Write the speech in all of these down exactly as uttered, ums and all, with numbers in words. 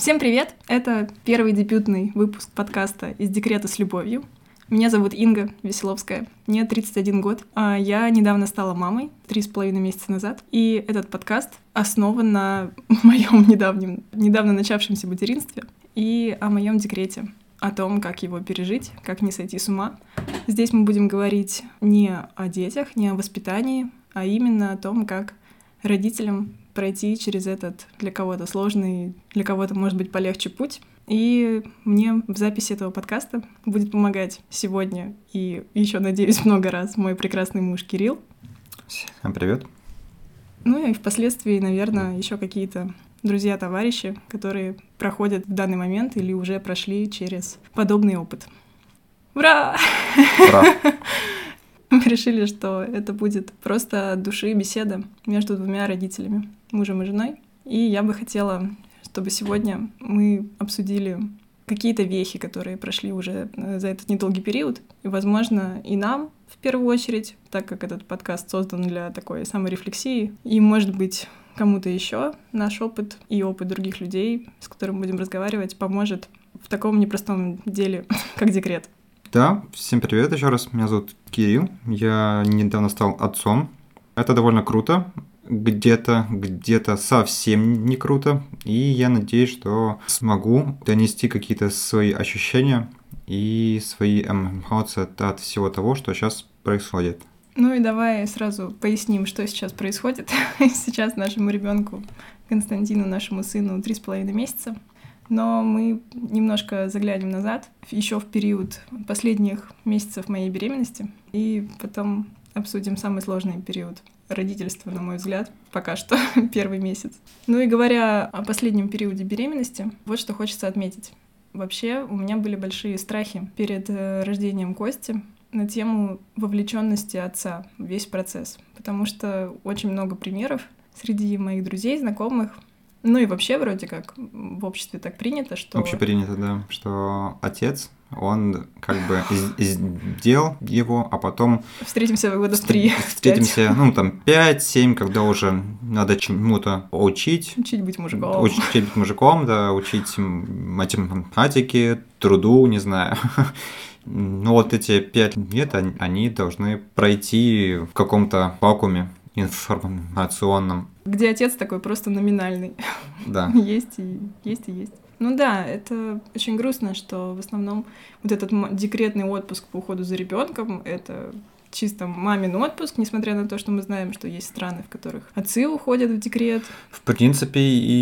Всем привет! Это первый дебютный выпуск подкаста «Из декрета с любовью». Меня зовут Инга Веселовская, мне тридцать один год, а я недавно стала мамой, три с половиной месяца назад, и этот подкаст основан на моем недавнем, недавно начавшемся материнстве и о моем декрете, о том, как его пережить, как не сойти с ума. Здесь мы будем говорить не о детях, не о воспитании, а именно о том, как родителям пройти через этот для кого-то сложный, для кого-то, может быть, полегче путь. И мне в записи этого подкаста будет помогать сегодня и еще, надеюсь, много раз мой прекрасный муж Кирилл. Всем привет. Ну и впоследствии, наверное, еще какие-то друзья-товарищи, которые проходят в данный момент или уже прошли через подобный опыт. Ура! Ура! Мы решили, что это будет просто от души беседа между двумя родителями, мужем и женой. И я бы хотела, чтобы сегодня мы обсудили какие-то вехи, которые прошли уже за этот недолгий период. И, возможно, и нам в первую очередь, так как этот подкаст создан для такой саморефлексии. И, может быть, кому-то еще наш опыт и опыт других людей, с которыми будем разговаривать, поможет в таком непростом деле, как декрет. Да, всем привет еще раз. Меня зовут Кирилл. Я недавно стал отцом. Это довольно круто. Где-то, где-то совсем не круто. И я надеюсь, что смогу донести какие-то свои ощущения и свои эмоции от всего того, что сейчас происходит. Ну и давай сразу поясним, что сейчас происходит. Сейчас нашему ребенку Константину, нашему сыну, три с половиной месяца. Но мы немножко заглянем назад, еще в период последних месяцев моей беременности, и потом обсудим самый сложный период родительства, на мой взгляд, пока что первый месяц. Ну и говоря о последнем периоде беременности, вот что хочется отметить. Вообще у меня были большие страхи перед рождением Кости на тему вовлеченности отца в весь процесс, потому что очень много примеров среди моих друзей, знакомых. Ну и вообще вроде как в обществе так принято, что... Вообще принято, да, что отец, он как бы сделал его, а потом... Встретимся года в три. Встретимся, ну там пять-семь, когда уже надо чему-то учить. Учить быть мужиком. Учить быть мужиком, да, учить математике, труду, не знаю. Ну вот эти пять лет, они должны пройти в каком-то вакууме информационном. Где отец такой просто номинальный. Да. Есть и есть и есть. Ну да, это очень грустно, что в основном вот этот декретный отпуск по уходу за ребенком это чисто мамин отпуск, несмотря на то, что мы знаем, что есть страны, в которых отцы уходят в декрет. В принципе,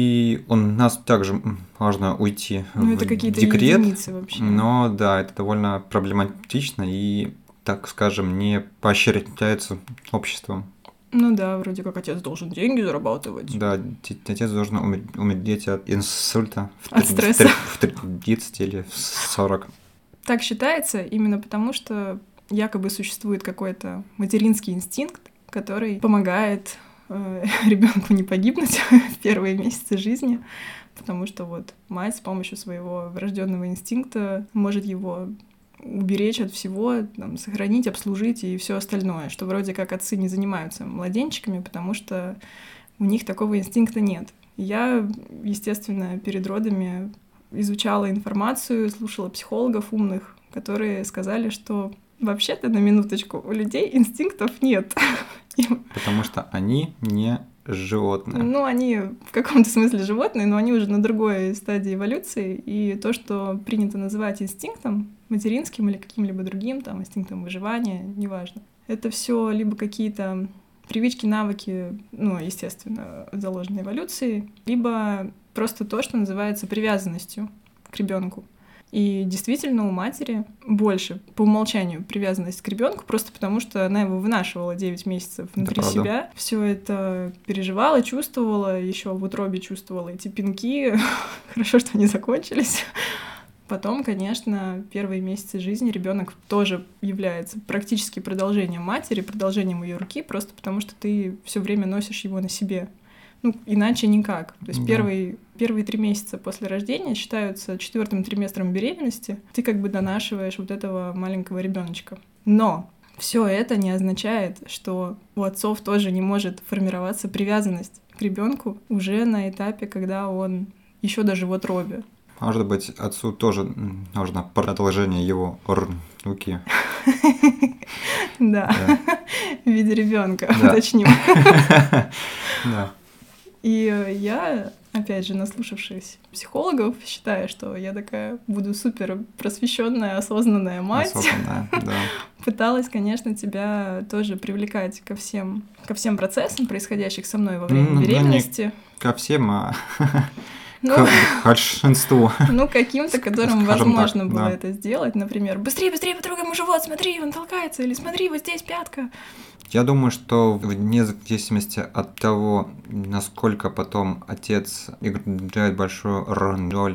и у нас также можно уйти ну, в это какие-то декрет. Единицы вообще. Но да, это довольно проблематично и, так скажем, не поощряется обществом. Ну да, вроде как отец должен деньги зарабатывать. Да, отец должен умереть от инсульта в от стресса. В тридцать или в сорок. Так считается именно потому, что якобы существует какой-то материнский инстинкт, который помогает э, ребенку не погибнуть в первые месяцы жизни, потому что вот мать с помощью своего врожденного инстинкта может его уберечь от всего, там, сохранить, обслужить и все остальное, что вроде как отцы не занимаются младенчиками, потому что у них такого инстинкта нет. Я, естественно, перед родами изучала информацию, слушала психологов умных, которые сказали, что вообще-то, на минуточку, у людей инстинктов нет. Потому что они не животные. Ну, они в каком-то смысле животные, но они уже на другой стадии эволюции, и то, что принято называть инстинктом, материнским или каким-либо другим, там, инстинктом выживания, неважно. Это все либо какие-то привычки, навыки, ну, естественно, заложенные эволюцией, либо просто то, что называется привязанностью к ребенку. И действительно у матери больше по умолчанию привязанность к ребенку, просто потому что она его вынашивала девять месяцев внутри себя. Все это переживала, чувствовала, еще в утробе чувствовала эти пинки. Хорошо, что они закончились. Потом, конечно, первые месяцы жизни ребенок тоже является практически продолжением матери, продолжением ее руки, просто потому что ты все время носишь его на себе. Ну, иначе никак. То есть да. первые, первые три месяца после рождения считаются четвертым триместром беременности. Ты как бы донашиваешь вот этого маленького ребеночка. Но все это не означает, что у отцов тоже не может формироваться привязанность к ребенку уже на этапе, когда он еще даже в утробе. Может быть, отцу тоже нужно продолжение его руки. Да, в виде ребенка, уточним. Да. И я, опять же, наслушавшись психологов, считаю, что я такая буду супер просвещенная, осознанная мать. Осознанная, да. Пыталась, конечно, тебя тоже привлекать ко всем, ко всем процессам, происходящих со мной во время ну, беременности. Не ко всем, а ну, к большинству. Ну, каким-то, которым возможно так, было да. это сделать. Например, быстрее, быстрее потрогаем ему живот, смотри, он толкается, или смотри, вот здесь пятка. Я думаю, что вне зависимости от того, насколько потом отец играет большую роль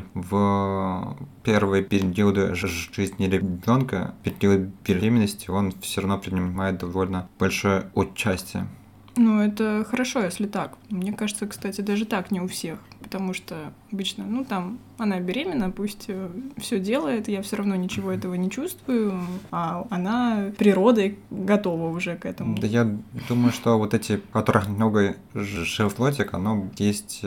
в первые периоды жизни ребенка, период беременности, он все равно принимает довольно большое участие. Ну, это хорошо, если так. Мне кажется, кстати, даже так не у всех. Потому что обычно, ну, там, она беременна, пусть все делает, я все равно ничего этого не чувствую, а она природой готова уже к этому. Да я думаю, что вот эти, которые много животик, оно есть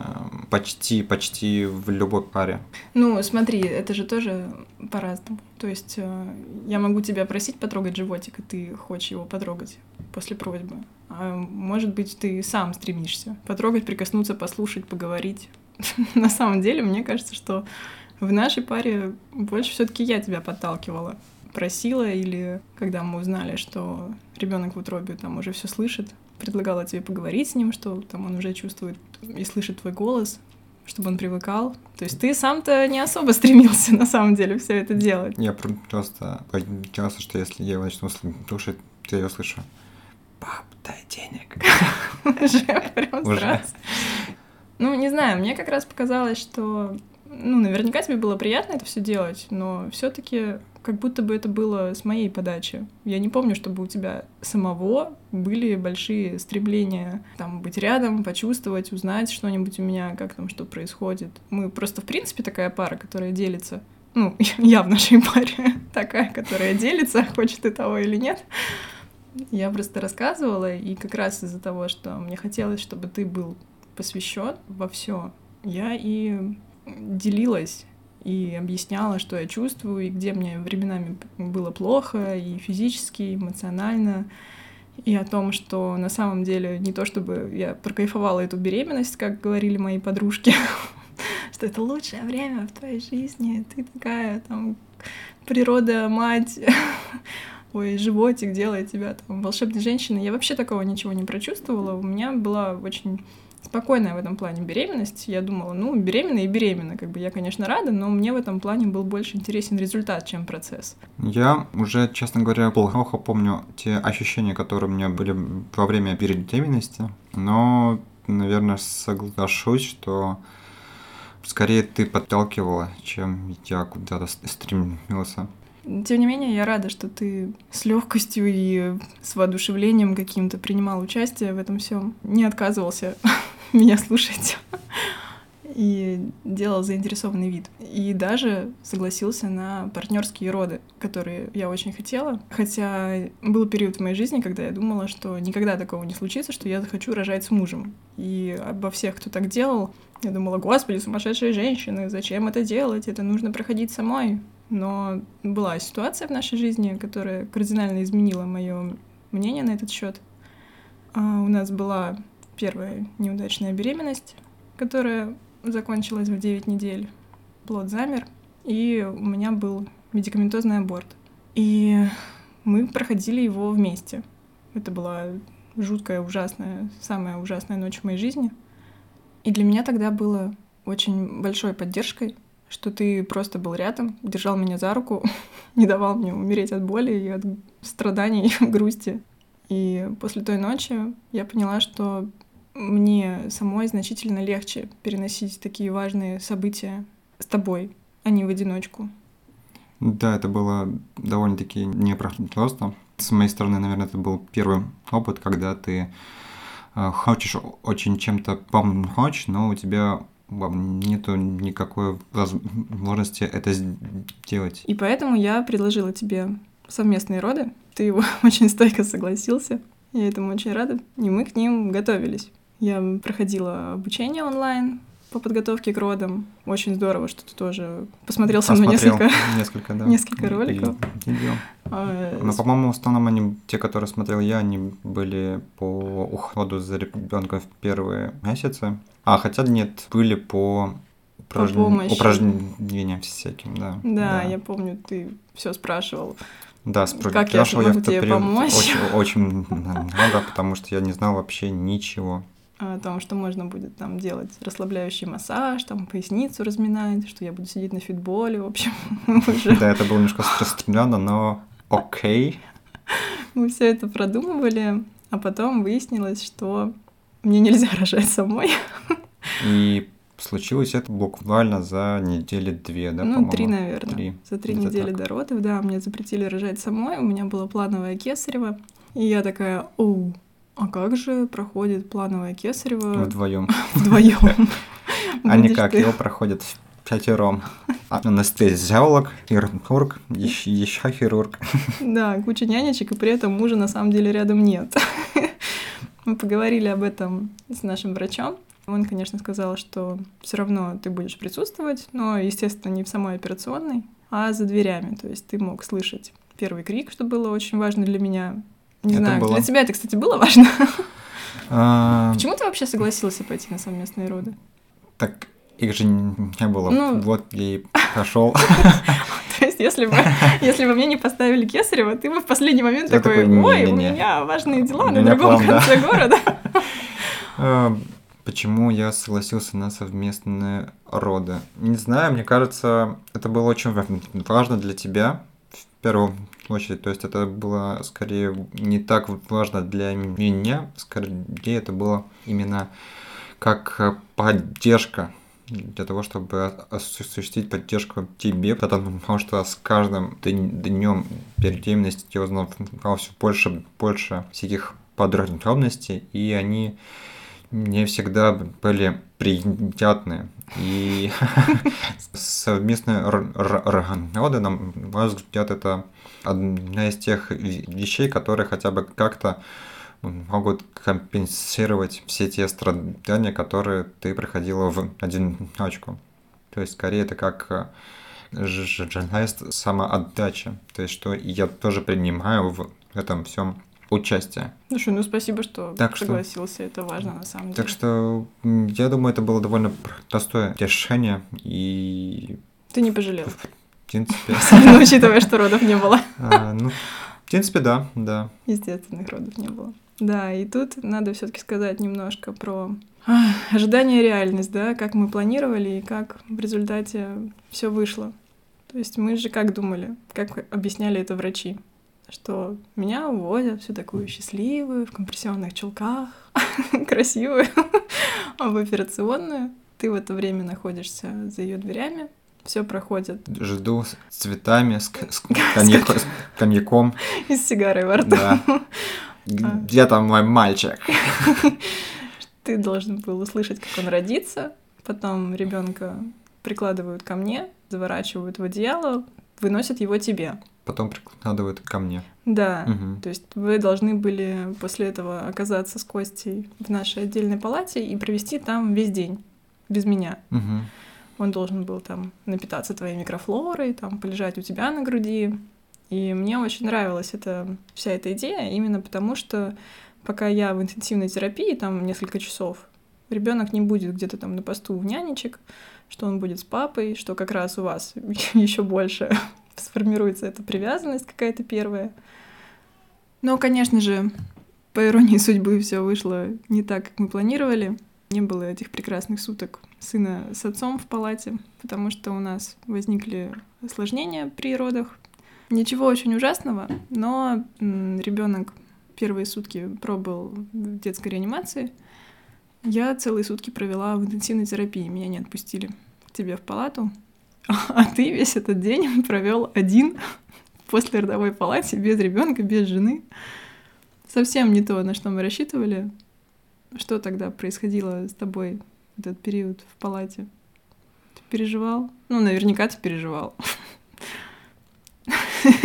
почти, почти в любой паре. Ну, смотри, это же тоже по-разному. То есть я могу тебя просить потрогать животик, и ты хочешь его потрогать после просьбы. А может быть, ты сам стремишься потрогать, прикоснуться, послушать, поговорить. На самом деле, мне кажется, что в нашей паре больше все-таки я тебя подталкивала, просила, или когда мы узнали, что ребенок в утробе там уже все слышит, предлагала тебе поговорить с ним, что там он уже чувствует и слышит твой голос, чтобы он привыкал. То есть ты сам-то не особо стремился на самом деле все это делать. Я просто боялся, что если я его начну слушать, то я услышу: пап, дай денег. Уже прям сразу. Ну, не знаю, мне как раз показалось, что, ну, наверняка тебе было приятно это все делать, но все-таки как будто бы это было с моей подачи. Я не помню, чтобы у тебя самого были большие стремления там быть рядом, почувствовать, узнать что-нибудь у меня, как там что происходит. Мы просто, в принципе, такая пара, которая делится. Ну, я в нашей паре такая, которая делится, хочет ты того или нет. Я просто рассказывала, и как раз из-за того, что мне хотелось, чтобы ты был посвящен во все, я и делилась, и объясняла, что я чувствую, и где мне временами было плохо, и физически, и эмоционально, и о том, что на самом деле не то, чтобы я прокайфовала эту беременность, как говорили мои подружки, что это лучшее время в твоей жизни, ты такая там природа, мать, ой, животик делает тебя там волшебной женщиной. Я вообще такого ничего не прочувствовала. У меня была очень спокойная в этом плане беременность. Я думала, ну, беременна и беременна. Как бы я, конечно, рада, но мне в этом плане был больше интересен результат, чем процесс. Я уже, честно говоря, плохо помню те ощущения, которые у меня были во время беременности, но, наверное, соглашусь, что скорее ты подталкивала, чем я куда-то стремился. Тем не менее, я рада, что ты с легкостью и с воодушевлением каким-то принимал участие в этом всем, не отказывался меня слушать и делал заинтересованный вид. И даже согласился на партнерские роды, которые я очень хотела. Хотя был период в моей жизни, когда я думала, что никогда такого не случится, что я захочу рожать с мужем. И обо всех, кто так делал, я думала: господи, сумасшедшие женщины, зачем это делать? Это нужно проходить самой. Но была ситуация в нашей жизни, которая кардинально изменила мое мнение на этот счет. У нас была первая неудачная беременность, которая закончилась в девять недель. Плод замер, и у меня был медикаментозный аборт. И мы проходили его вместе. Это была жуткая, ужасная, самая ужасная ночь в моей жизни. И для меня тогда было очень большой поддержкой, что ты просто был рядом, держал меня за руку, не давал мне умереть от боли и от страданий, грусти. И после той ночи я поняла, что мне самой значительно легче переносить такие важные события с тобой, а не в одиночку. Да, это было довольно-таки непросто. С моей стороны, наверное, это был первый опыт, когда ты хочешь очень чем-то помочь, но у тебя нету никакой возможности это сделать. И поэтому я предложила тебе совместные роды. Ты очень стойко согласился. Я этому очень рада. И мы к ним готовились. Я проходила обучение онлайн, по подготовке к родам. Очень здорово, что ты тоже посмотрел со мной Посмотрел несколько, несколько, да, несколько и- роликов. и- видео. А, Но, с- по-моему, в основном они, те, которые смотрел я, они были по уходу за ребенком в первые месяцы. А, хотя нет, были по, упражн- помощи. упражнениям всяким, да. Да, я помню, ты все спрашивал. Да, Как я спрашивал я могу в тот тебе период помочь? очень, очень много, потому что я не знал вообще ничего. О том, что можно будет там делать расслабляющий массаж, там поясницу разминать, что я буду сидеть на фитболе, в общем, уже Да, это было немножко странно, но окей. мы все это продумывали, а потом выяснилось, что мне нельзя рожать самой. И случилось это буквально за недели две, да, Ну, по-моему? три, наверное. Три. За три Где-то недели так. до родов, да, мне запретили рожать самой, у меня было плановое кесарево, и я такая, оу, а как же проходит плановое кесарево Вдвоем. вдвоем? А не Будешь как, ты. его проходят пятером. Анестезиолог, хирург, еще, еще хирург. Да, куча нянечек, и при этом мужа на самом деле рядом нет. Мы поговорили об этом с нашим врачом. Он, конечно, сказал, что все равно ты будешь присутствовать, но, естественно, не в самой операционной, а за дверями. То есть ты мог слышать первый крик, что было очень важно для меня. Не Это знаю, было. для тебя это, кстати, было важно? А, Почему ты вообще согласился пойти на совместные роды? Так их же не было. Ну. Вот я и пошел. То есть, если бы, если бы мне не поставили кесарево, ты бы в последний момент Я такой, такой, ой, у не-не-не. меня важные дела У на меня другом план, да. конце города. А, Почему я согласился на совместные роды? Не знаю, мне кажется, это было очень ва- важно для тебя в первую очередь. То есть это было скорее не так важно для меня, скорее это было именно как э, поддержка для того, чтобы о- осуществить поддержку тебе, потому что с каждым днем беременности я узнал все больше больше всяких подробностей, и они не всегда были приятные. И совместные р- р- роды, на мой взгляд, это одна из тех вещей, которые хотя бы как-то могут компенсировать все те страдания, которые ты проходила в одиночку. То есть, скорее, это как ж- ж- жест самоотдачи. То есть, что я тоже принимаю в этом всем участие. Слушай, ну спасибо, что Так что- согласился, это важно на самом деле. Так что м, я думаю, это было довольно простое решение, и Ты не пожалел, в принципе, особенно учитывая, что родов не было. а, ну, в принципе, да, да. Естественных родов не было. Да, и тут надо все-таки сказать немножко про ах, ожидание и реальность, да, как мы планировали и как в результате все вышло. То есть мы же как думали, как объясняли это врачи, что меня увозят всю такую счастливую, в компрессионных чулках, красивую, в операционную. Ты в это время находишься за ее дверями, все проходит Жду с цветами, с, к- с коньяк- с коньяком. и с сигарой во рту. Да. Где там мой мальчик? Ты должен был услышать, как он родится, потом ребенка прикладывают ко мне, заворачивают в одеяло, выносят его тебе. Потом прикладывают ко мне. Да, Мгм. то есть вы должны были после этого оказаться с Костей в нашей отдельной палате и провести там весь день без меня. Мгм. Он должен был там напитаться твоей микрофлорой, там полежать у тебя на груди. И мне очень нравилась эта вся эта идея, именно потому что пока я в интенсивной терапии, там несколько часов, ребенок не будет где-то там на посту у нянечек, что он будет с папой, что как раз у вас еще больше сформируется эта привязанность какая-то первая. Но, конечно же, по иронии судьбы, все вышло не так, как мы планировали. Не было этих прекрасных суток сына с отцом в палате, потому что у нас возникли осложнения при родах. Ничего очень ужасного, но ребенок первые сутки пробыл в детской реанимации. Я целые сутки провела в интенсивной терапии, меня не отпустили к тебе в палату. А ты весь этот день провел один в послеродовой палате, без ребенка, без жены. Совсем не то, на что мы рассчитывали. Что тогда происходило с тобой в этот период в палате? Ты переживал? Ну, наверняка ты переживал.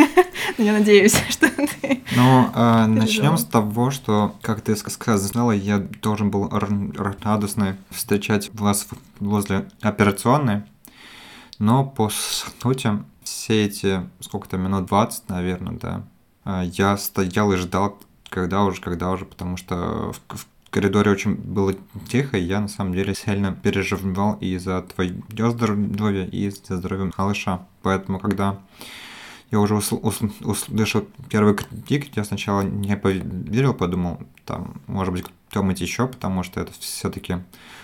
Я надеюсь, что ты... Ну, э, начнем с того, что, как ты сказала, я должен был радостно встречать вас возле операционной, но по сути все эти, сколько-то, минут двадцать, наверное, да, я стоял и ждал, когда уже, когда уже, потому что в, в коридоре очень было тихо, и я на самом деле сильно переживал и за твое здоровье, и за здоровье малыша. Поэтому, когда я уже усл- усл- услышал первый крик, я сначала не поверил, подумал, там, может быть, кто-нибудь еще, потому что это все-таки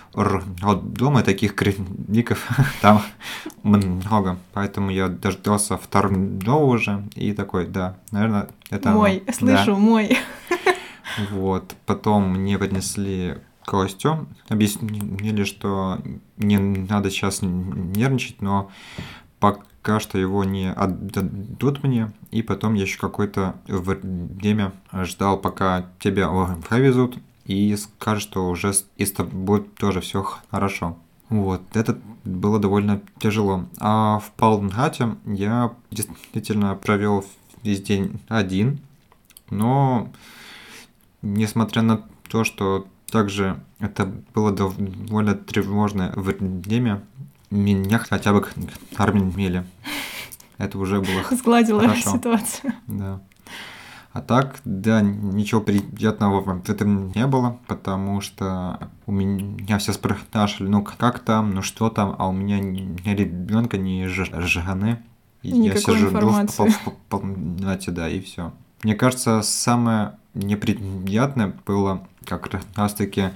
дома таких криков там много. Поэтому я дождался второго уже и такой, да, наверное, это Мой, оно. слышу, Да. мой. Вот, потом мне поднесли Костю, объяснили, что не надо сейчас нервничать, но пока что его не отдадут мне, и потом я еще какое-то время ждал, пока тебя повезут, и скажут, что уже и с тобой тоже все хорошо. Вот, это было довольно тяжело. А в палате я действительно провел весь день один, но несмотря на то, что также это было довольно тревожное время, меня хотя бы кормили. Это уже было Сгладила хорошо. ситуацию. Да. А так, да, ничего приятного в этом не было, потому что у меня все спрашивали, ну как там, ну что там, а у меня ни ребенка, ни жены. И я сижу в палате, да, и все. Мне кажется, самое неприятное было как раз-таки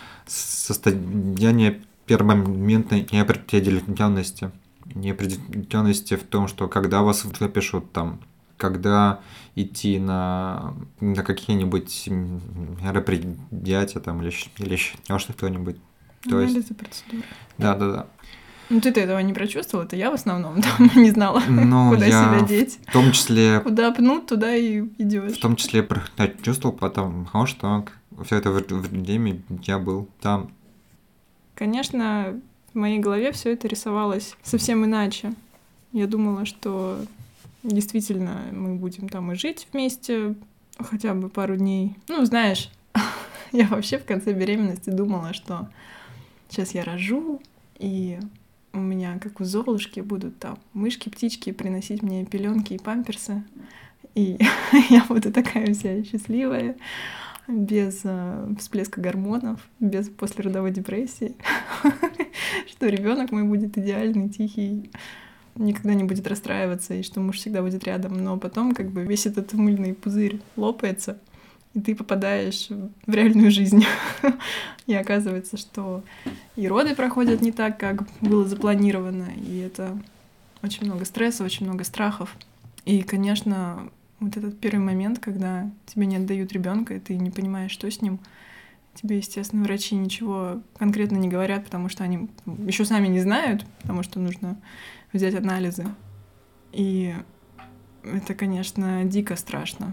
состояние пермоментной неопределенности. Неопределенности в том, что когда вас выпишут там, когда идти на, на какие-нибудь мероприятия там, или, или еще что-нибудь. То Анализы, есть... процедуры. Да, да, да. Ну ты-то этого не прочувствовал, это я в основном там не знала, ну, куда я себя деть. В том числе... Куда пнут, туда и идешь. В том числе прочувствовал, потому что все это время я был там. Конечно, в моей голове все это рисовалось совсем иначе. Я думала, что действительно мы будем там и жить вместе хотя бы пару дней. Ну, знаешь, я вообще в конце беременности думала, что сейчас я рожу, и у меня, как у Золушки, будут там мышки, птички приносить мне пеленки и памперсы. И я буду такая вся счастливая, без э, всплеска гормонов, без послеродовой депрессии, что ребенок мой будет идеальный, тихий, никогда не будет расстраиваться, и что муж всегда будет рядом. Но потом как бы весь этот мыльный пузырь лопается, и ты попадаешь в реальную жизнь. И оказывается, что и роды проходят не так, как было запланировано, и это очень много стресса, очень много страхов. И, конечно, вот этот первый момент, когда тебе не отдают ребенка, и ты не понимаешь, что с ним, тебе, естественно, врачи ничего конкретно не говорят, потому что они еще сами не знают, потому что нужно взять анализы. И это, конечно, дико страшно.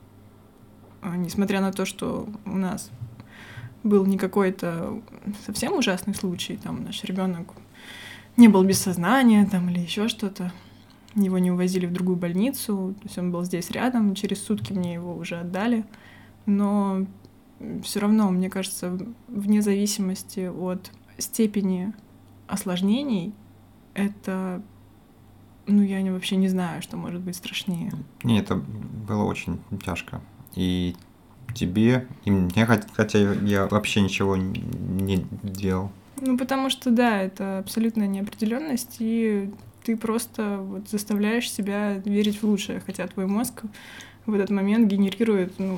Несмотря на то, что у нас был не какой-то совсем ужасный случай, там наш ребенок не был без сознания там, или еще что-то, его не увозили в другую больницу, то есть он был здесь рядом, через сутки мне его уже отдали, но все равно, мне кажется, вне зависимости от степени осложнений, это, ну, я не, вообще не знаю, что может быть страшнее. Не, это было очень тяжко. И тебе, и мне, хотя я вообще ничего не делал. Ну, потому что, да, это абсолютная неопределенность, и ты просто вот заставляешь себя верить в лучшее, хотя твой мозг в этот момент генерирует, ну,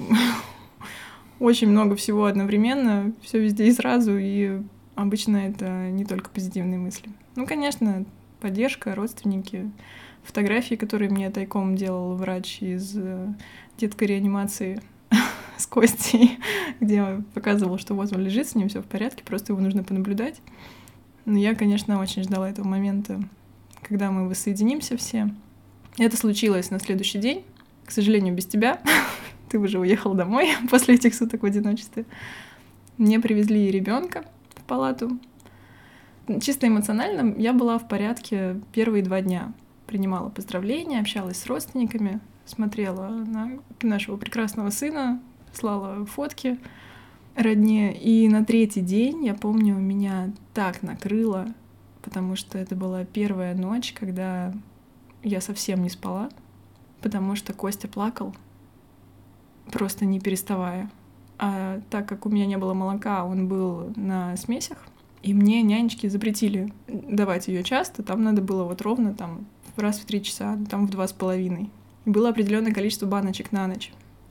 очень много всего одновременно, все везде и сразу, и обычно это не только позитивные мысли. Ну, конечно, поддержка, родственники, фотографии, которые мне тайком делал врач из детской реанимации с Костей, где показывал, что вот он лежит, с ним все в порядке, просто его нужно понаблюдать. Но я, конечно, очень ждала этого момента, когда мы воссоединимся все. Это случилось на следующий день, к сожалению, без тебя. Ты уже уехал домой после этих суток в одиночестве. Мне привезли ребенка в палату. Чисто эмоционально я была в порядке первые два дня. Принимала поздравления, общалась с родственниками. смотрела на нашего прекрасного сына, слала фотки родне. И на третий день, я помню, меня так накрыло, потому что это была первая ночь, когда я совсем не спала, потому что Костя плакал, просто не переставая. А так как у меня не было молока, он был на смесях, и мне нянечки запретили давать ее часто, там надо было вот ровно там раз в три часа, там в два с половиной. И было определенное количество баночек на ночь.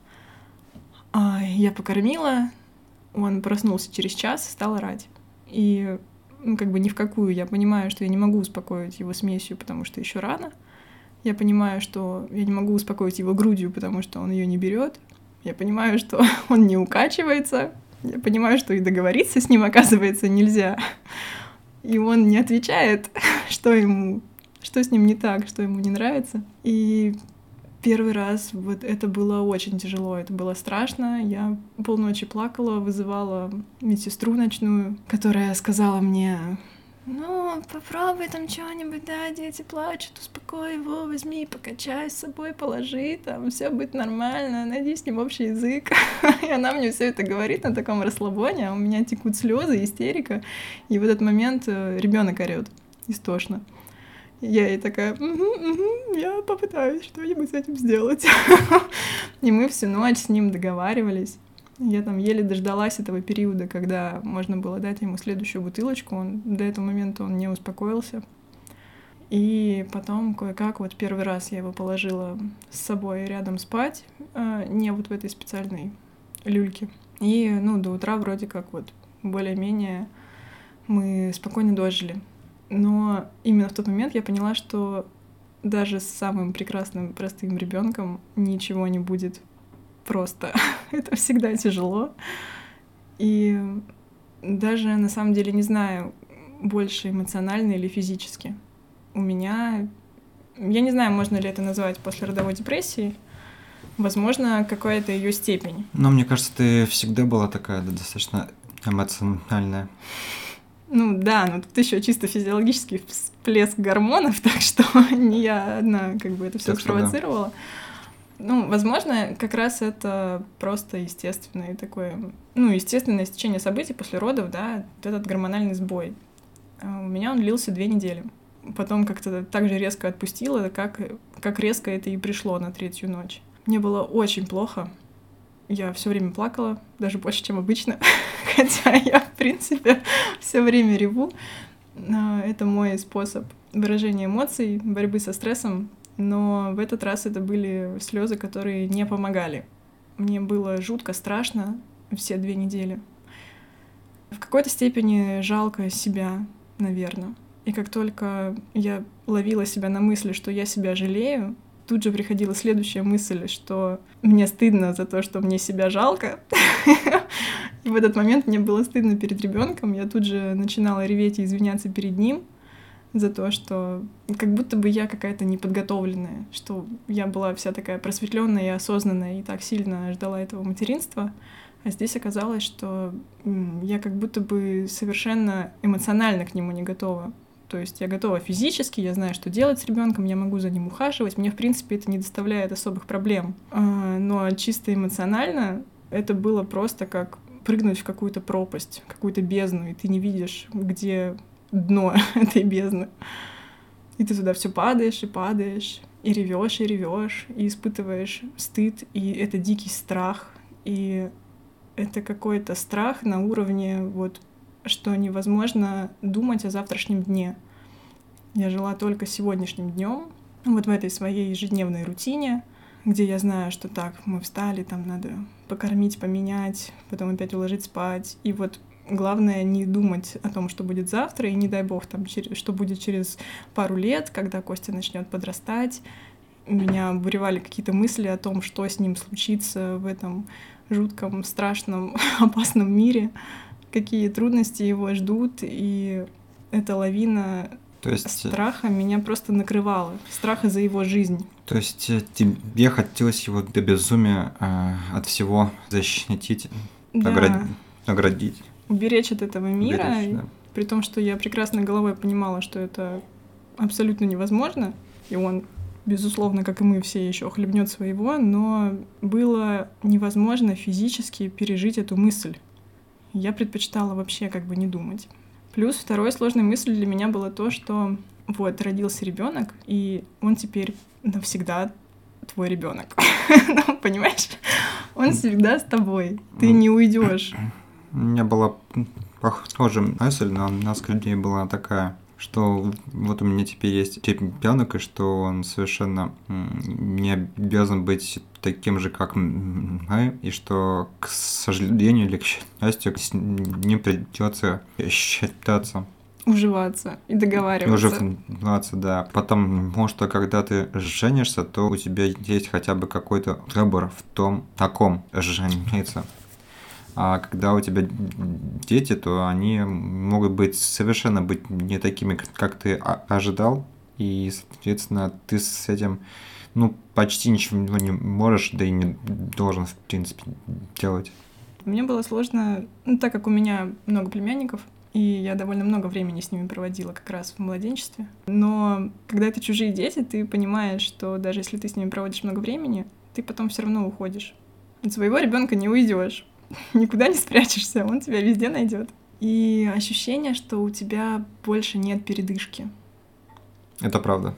А я покормила, он проснулся через час, стал орать. И ну, как бы ни в какую. Я понимаю, что я не могу успокоить его смесью, потому что еще рано. Я понимаю, что я не могу успокоить его грудью, потому что он ее не берет. Я понимаю, что он не укачивается. Я понимаю, что и договориться с ним, оказывается, нельзя. И он не отвечает, что ему, что с ним не так, что ему не нравится. И первый раз вот это было очень тяжело, это было страшно. Я полночи плакала, вызывала медсестру ночную, которая сказала мне: ну, попробуй там что-нибудь, да, дети плачут, успокой его, возьми, покачай с собой, положи, там все будет нормально, найди с ним общий язык. И она мне все это говорит на таком расслабоне, а у меня текут слезы, истерика. И в этот момент ребенок орёт истошно. Я ей такая: угу, угу, я попытаюсь что-нибудь с этим сделать. И мы всю ночь с ним договаривались. Я там еле дождалась этого периода, когда можно было дать ему следующую бутылочку. Он, до этого момента он не успокоился. И потом кое-как вот первый раз я его положила с собой рядом спать, не вот в этой специальной люльке. И ну, до утра вроде как вот более-менее мы спокойно дожили. Но именно в тот момент я поняла, что даже с самым прекрасным, простым ребенком ничего не будет просто. Это всегда тяжело. И даже на самом деле не знаю, больше эмоционально или физически. У меня... Я не знаю, можно ли это назвать послеродовой депрессией. Возможно, какая-то ее степень. Но мне кажется, ты всегда была такая, да, достаточно эмоциональная. Ну да, но тут еще чисто физиологический всплеск гормонов, так что не я одна как бы это все спровоцировала. Да. Ну, возможно, как раз это просто естественное такое, ну, естественное стечение событий после родов, да, вот этот гормональный сбой. А у меня он длился две недели. Потом как-то так же резко отпустило, как, как резко это и пришло на третью ночь. Мне было очень плохо. Я все время плакала, даже больше, чем обычно. Хотя я, в принципе, все время реву. Это мой способ выражения эмоций, борьбы со стрессом. Но в этот раз это были слезы, которые не помогали. Мне было жутко страшно все две недели. В какой-то степени жалко себя, наверное. И как только я ловила себя на мысли, что я себя жалею, тут же приходила следующая мысль, что мне стыдно за то, что мне себя жалко. И в этот момент мне было стыдно перед ребенком. Я тут же начинала реветь и извиняться перед ним за то, что как будто бы я какая-то неподготовленная, что я была вся такая просветленная и осознанная и так сильно ждала этого материнства. А здесь оказалось, что я как будто бы совершенно эмоционально к нему не готова. То есть я готова физически, я знаю, что делать с ребенком, я могу за ним ухаживать, мне, в принципе, это не доставляет особых проблем. Но чисто эмоционально это было просто как прыгнуть в какую-то пропасть, какую-то бездну, и ты не видишь, где дно этой бездны. И ты туда все падаешь и падаешь, и ревешь, и ревешь, и испытываешь стыд, и это дикий страх, и это какой-то страх на уровне вот что невозможно думать о завтрашнем дне. Я жила только сегодняшним днем, вот в этой своей ежедневной рутине, где я знаю, что так, мы встали, там надо покормить, поменять, потом опять уложить спать. И вот главное не думать о том, что будет завтра, и не дай бог, там, что будет через пару лет, когда Костя начнет подрастать. Меня обуревали какие-то мысли о том, что с ним случится в этом жутком, страшном, опасном мире, какие трудности его ждут, и эта лавина то есть... страха меня просто накрывала, страха за его жизнь. То есть тебе хотелось его до безумия э, от всего защитить, да. оградить, оградить. Уберечь от этого мира, Уберечь, да. При том, что я прекрасно головой понимала, что это абсолютно невозможно, и он безусловно, как и мы все, еще хлебнет своего, но было невозможно физически пережить эту мысль. Я предпочитала вообще как бы не думать. Плюс второй сложной мыслью для меня было то, что вот родился ребенок, и он теперь навсегда твой ребенок. Ну, понимаешь? Он всегда с тобой. Ты не уйдешь. У меня была похожая мысль, но у нас к людей была такая, что вот у меня теперь есть ребенок, и что он совершенно не обязан быть таким же, как мы, и что, к сожалению или к счастью, с ним придется считаться. Уживаться и договариваться. Уживаться, да. Потому что, когда ты женишься, то у тебя есть хотя бы какой-то выбор в том, на ком жениться. А когда у тебя дети, то они могут быть совершенно быть не такими, как ты ожидал. И, соответственно, ты с этим, ну, почти ничего не можешь, да и не должен, в принципе, делать. Мне было сложно, ну, так как у меня много племянников, и я довольно много времени с ними проводила как раз в младенчестве. Но когда это чужие дети, ты понимаешь, что даже если ты с ними проводишь много времени, ты потом все равно уходишь. От своего ребенка не уйдешь, никуда не спрячешься, он тебя везде найдет. И ощущение, что у тебя больше нет передышки. Это правда.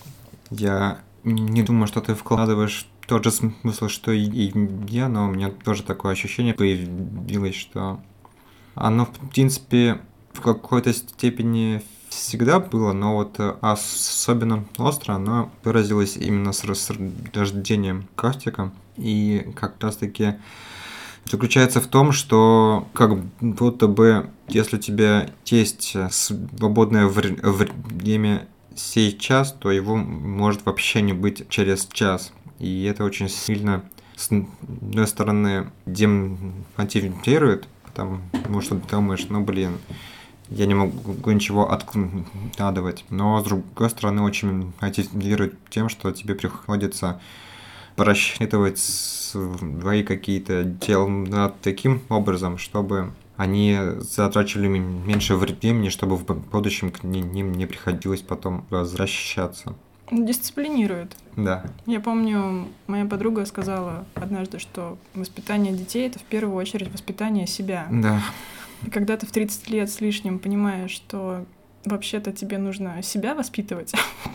Я не думаю, что ты вкладываешь тот же смысл, что и я, но у меня тоже такое ощущение появилось, что оно, в принципе, в какой-то степени всегда было, но вот особенно остро оно выразилось именно с рождением Костика. И как раз-таки заключается в том, что как будто бы, если у тебя есть свободное время сейчас, то его может вообще не быть через час. И это очень сильно, с одной стороны, демотивирует, потому что ты думаешь, ну блин, я не могу ничего откладывать. Но с другой стороны, очень мотивирует тем, что тебе приходится просчитывать свои какие-то дела таким образом, чтобы они затрачивали меньше времени, чтобы в будущем к ним не приходилось потом возвращаться. Дисциплинирует. Да. Я помню, моя подруга сказала однажды, что воспитание детей — это в первую очередь воспитание себя. Да. И когда ты в тридцать лет с лишним понимаешь, что вообще-то тебе нужно себя воспитывать,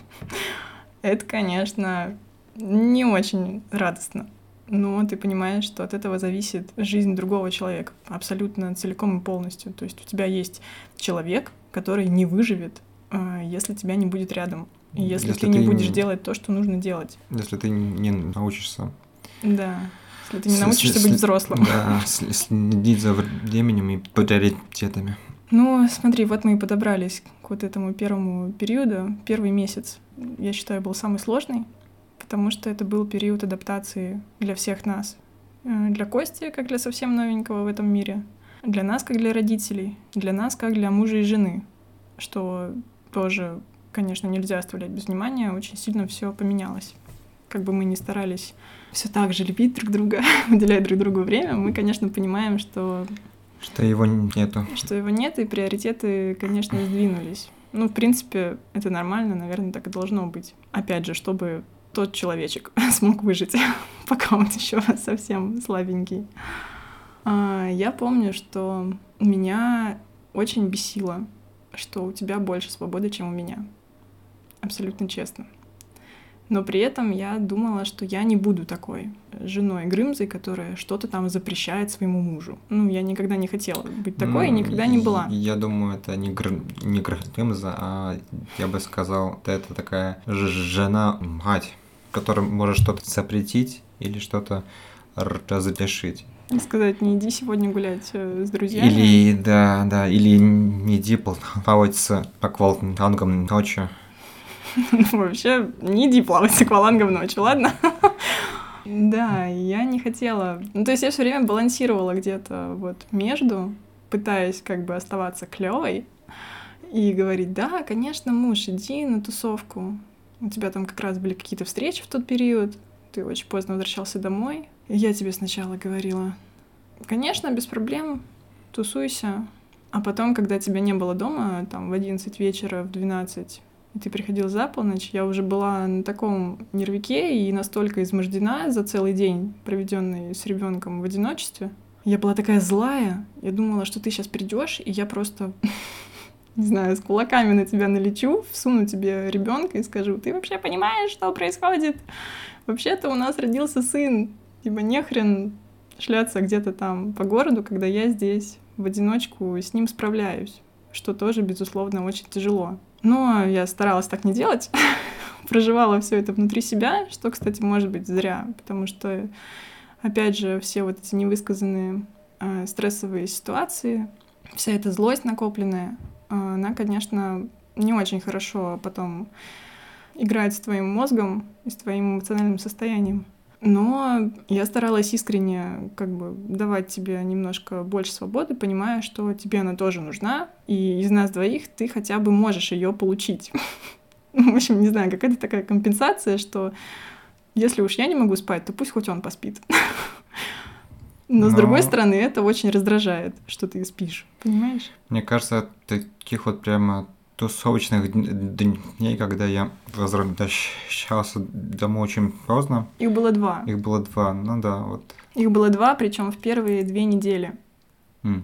это, конечно, не очень радостно. Но ты понимаешь, что от этого зависит жизнь другого человека абсолютно целиком и полностью. То есть у тебя есть человек, который не выживет, если тебя не будет рядом. И если, если ты не будешь делать то, что нужно делать. Если ты не научишься. Да. Если ты не научишься быть взрослым. Да, следить за временем и приоритетами. Ну, смотри, вот мы и подобрались к вот этому первому периоду. Первый месяц, я считаю, был самый сложный, потому что это был период адаптации для всех нас. Для Кости, как для совсем новенького в этом мире. Для нас, как для родителей. Для нас, как для мужа и жены. Что тоже, конечно, нельзя оставлять без внимания. Очень сильно все поменялось. Как бы мы ни старались все так же любить друг друга, уделять друг другу время, мы, конечно, понимаем, что... Что его нету. Что его нет, и приоритеты, конечно, сдвинулись. Ну, в принципе, это нормально, наверное, так и должно быть. Опять же, чтобы тот человечек смог выжить, пока он еще совсем слабенький. Я помню, что меня очень бесило, что у тебя больше свободы, чем у меня. Абсолютно честно. Но при этом я думала, что я не буду такой женой Грымзой, которая что-то там запрещает своему мужу. Ну, я никогда не хотела быть такой, ну, и никогда не была. Я думаю, это не, гр... не Грымза, а я бы сказал, это такая жена-мать, которая может что-то запретить или что-то разрешить. Сказать, не иди сегодня гулять с друзьями. Или, да, да, или не иди плавать с аквалангом ночью. Ну, вообще, не иди плавать с аквалангом ночью, ладно? Да, я не хотела... Ну, то есть я все время балансировала где-то вот между, пытаясь как бы оставаться клёвой и говорить, да, конечно, муж, иди на тусовку. У тебя там как раз были какие-то встречи в тот период, ты очень поздно возвращался домой. И я тебе сначала говорила, конечно, без проблем, тусуйся. А потом, когда тебя не было дома, там в одиннадцать вечера, в двенадцать, и ты приходил за полночь, я уже была на таком нервике и настолько измождена за целый день, проведенный с ребенком в одиночестве. Я была такая злая, я думала, что ты сейчас придешь, и я просто, не знаю, с кулаками на тебя налечу, всуну тебе ребенка и скажу: ты вообще понимаешь, что происходит? Вообще-то у нас родился сын, ибо нехрен шляться где-то там по городу, когда я здесь в одиночку с ним справляюсь, что тоже, безусловно, очень тяжело. Но я старалась так не делать, проживала все это внутри себя, что, кстати, может быть зря, потому что, опять же, все вот эти невысказанные э, стрессовые ситуации, вся эта злость накопленная, э, она, конечно, не очень хорошо потом играет с твоим мозгом и с твоим эмоциональным состоянием. Но я старалась искренне как бы давать тебе немножко больше свободы, понимая, что тебе она тоже нужна, и из нас двоих ты хотя бы можешь ее получить. В общем, не знаю, какая-то такая компенсация, что если уж я не могу спать, то пусть хоть он поспит. Но, Но... с другой стороны, это очень раздражает, что ты спишь, понимаешь? Мне кажется, от таких вот прямо тусовочных дней, когда я возвращался домой очень поздно. Их было два. Их было два, ну да, вот. Их было два, причем в первые две недели. Mm.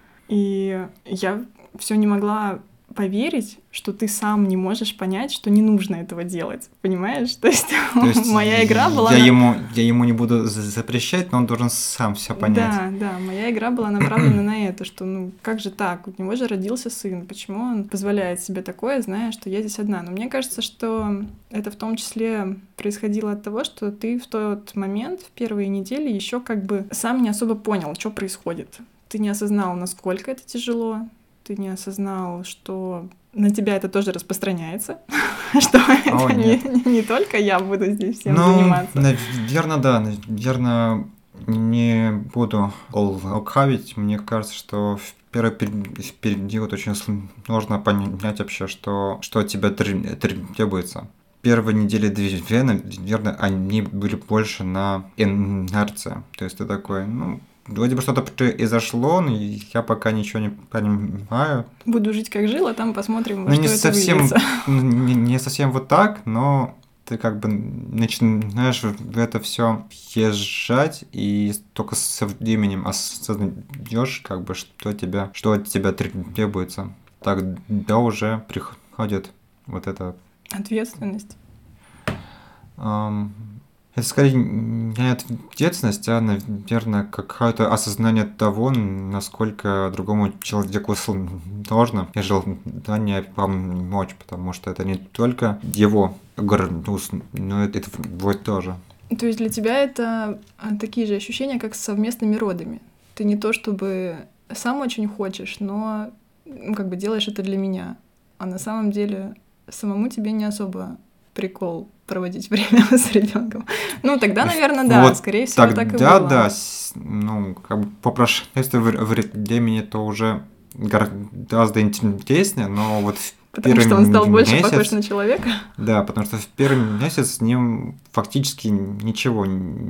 И я все не могла поверить, что ты сам не можешь понять, что не нужно этого делать, понимаешь? То есть, То есть моя игра была... Я, на... ему, я ему не буду запрещать, но он должен сам все понять. Да, да, моя игра была направлена на это, что ну как же так, у него же родился сын, почему он позволяет себе такое, зная, что я здесь одна? Но мне кажется, что это в том числе происходило от того, что ты в тот момент, в первые недели, еще как бы сам не особо понял, что происходит. Ты не осознал, насколько это тяжело, ты не осознал, что на тебя это тоже распространяется, что О, это не, не только я буду здесь всем ну, заниматься. Наверное, да, наверное, не буду лукавить. Мне кажется, что в первый период очень сложно понять вообще, что, что от тебя требуется. Первые недели две, наверное, они были больше на инерции. То есть ты такой, ну, вроде бы что-то произошло, но я пока ничего не понимаю. Буду жить как жил, а там посмотрим, во ну, что не это совсем, выльется. Не, не совсем вот так, но ты как бы начинаешь в это все езжать, и только со временем осознаешь, как бы, что, тебя, что от тебя требуется. Тогда уже приходит вот это... Ответственность. Um, Это скорее не ответственность, а, наверное, какое-то осознание того, насколько другому человеку сложно и желание помочь, потому что это не только его груз, но это вот тоже. То есть для тебя это такие же ощущения, как с совместными родами. Ты не то чтобы сам очень хочешь, но ну, как бы делаешь это для меня, а на самом деле самому тебе не особо прикол проводить время с ребенком. Ну, тогда, наверное, да, вот скорее всего, так и было. Тогда, да, ну, как бы по прошествии времени то уже гораздо интереснее, но вот в Потому первый что он стал месяц, больше похож на человека? Да, потому что в первый месяц с ним фактически ничего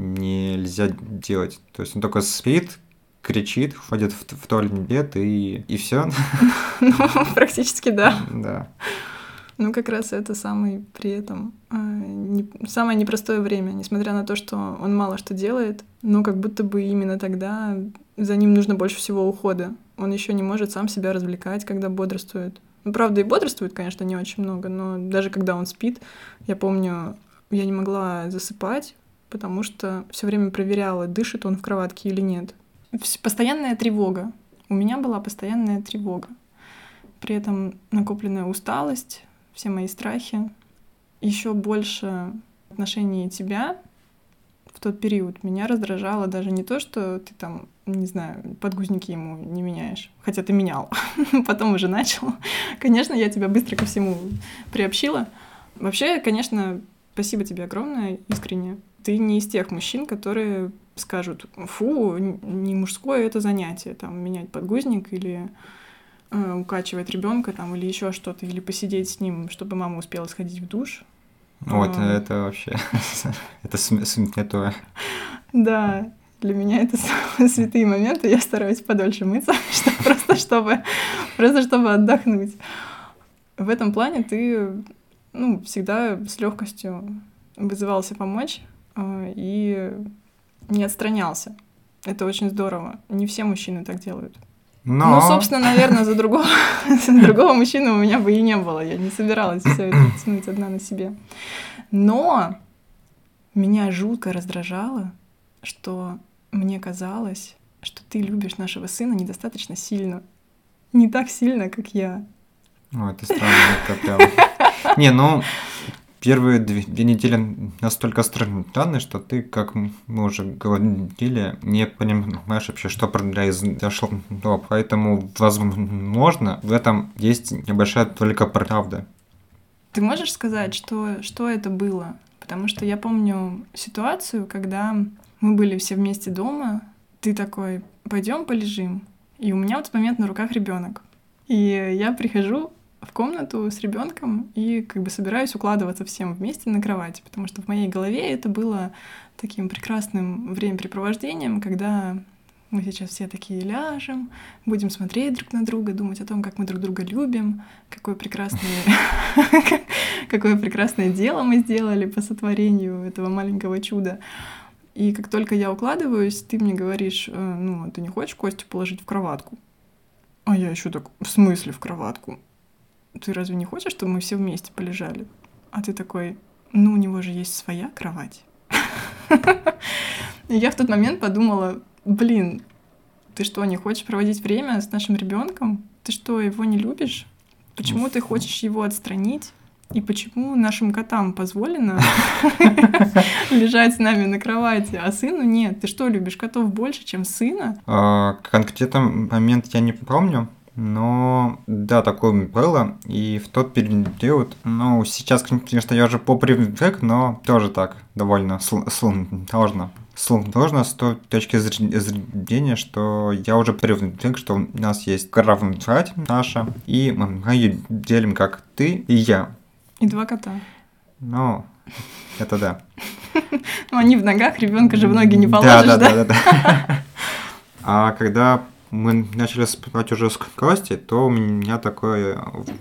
нельзя делать. То есть он только спит, кричит, ходит в, в туалет и, и все. Ну, практически да. Да. Ну, как раз это самый при этом э, не, самое непростое время, несмотря на то, что он мало что делает, но как будто бы именно тогда за ним нужно больше всего ухода. Он еще не может сам себя развлекать, когда бодрствует. Ну, правда, и бодрствует, конечно, не очень много, но даже когда он спит, я помню, я не могла засыпать, потому что все время проверяла, дышит он в кроватке или нет. Постоянная тревога. У меня была постоянная тревога. При этом накопленная усталость, все мои страхи, еще больше отношений тебя в тот период меня раздражало даже не то, что ты там, не знаю, подгузники ему не меняешь, хотя ты менял, потом уже начал. Конечно, я тебя быстро ко всему приобщила. Вообще, конечно, спасибо тебе огромное, искренне. Ты не из тех мужчин, которые скажут: фу, не мужское это занятие, там, менять подгузник или... укачивать ребенка там или еще что-то, или посидеть с ним, чтобы мама успела сходить в душ. Вот, а... это вообще, это святое. Да, для меня это святые моменты, я стараюсь подольше мыться, что, просто, чтобы, просто чтобы отдохнуть. В этом плане ты ну, всегда с легкостью вызывался помочь э, и не отстранялся. Это очень здорово. Не все мужчины так делают. Но... Ну, собственно, наверное, за другого, за другого мужчину у меня бы и не было. Я не собиралась все это тянуть одна на себе. Но меня жутко раздражало, что мне казалось, что ты любишь нашего сына недостаточно сильно. Не так сильно, как я. О, это странно, это прям... Не, ну, первые две, две недели настолько странные, что ты, как мы уже говорили, не понимаешь вообще, что произошло. Поэтому, возможно, в этом есть небольшая только правда. Ты можешь сказать, что, что это было? Потому что я помню ситуацию, когда мы были все вместе дома, ты такой, пойдем полежим. И у меня в этот момент на руках ребенок. И я прихожу в комнату с ребенком и как бы собираюсь укладываться всем вместе на кровати, потому что в моей голове это было таким прекрасным времяпрепровождением, когда мы сейчас все такие ляжем, будем смотреть друг на друга, думать о том, как мы друг друга любим, какое прекрасное, какое прекрасное дело мы сделали по сотворению этого маленького чуда. И как только я укладываюсь, ты мне говоришь, ну, ты не хочешь Костю положить в кроватку? А я еще так, в смысле в кроватку? Ты разве не хочешь, чтобы мы все вместе полежали? А ты такой, ну, у него же есть своя кровать. И я в тот момент подумала, блин, ты что, не хочешь проводить время с нашим ребенком? Ты что, его не любишь? Почему ты хочешь его отстранить? И почему нашим котам позволено лежать с нами на кровати, а сыну нет? Ты что, любишь котов больше, чем сына? Конкретный момент я не помню. Но да, такое было, и в тот период, ну, сейчас, конечно, я уже попривык, но тоже так, довольно сложно. Сложно с той точки зрения, что я уже привык, что у нас есть кровать наша, и мы ее делим как ты и я. И два кота. Ну, это да. Ну, они в ногах, ребенка же в ноги не положишь, да? Да, да, да. А когда мы начали спать уже с Костей, то у меня такое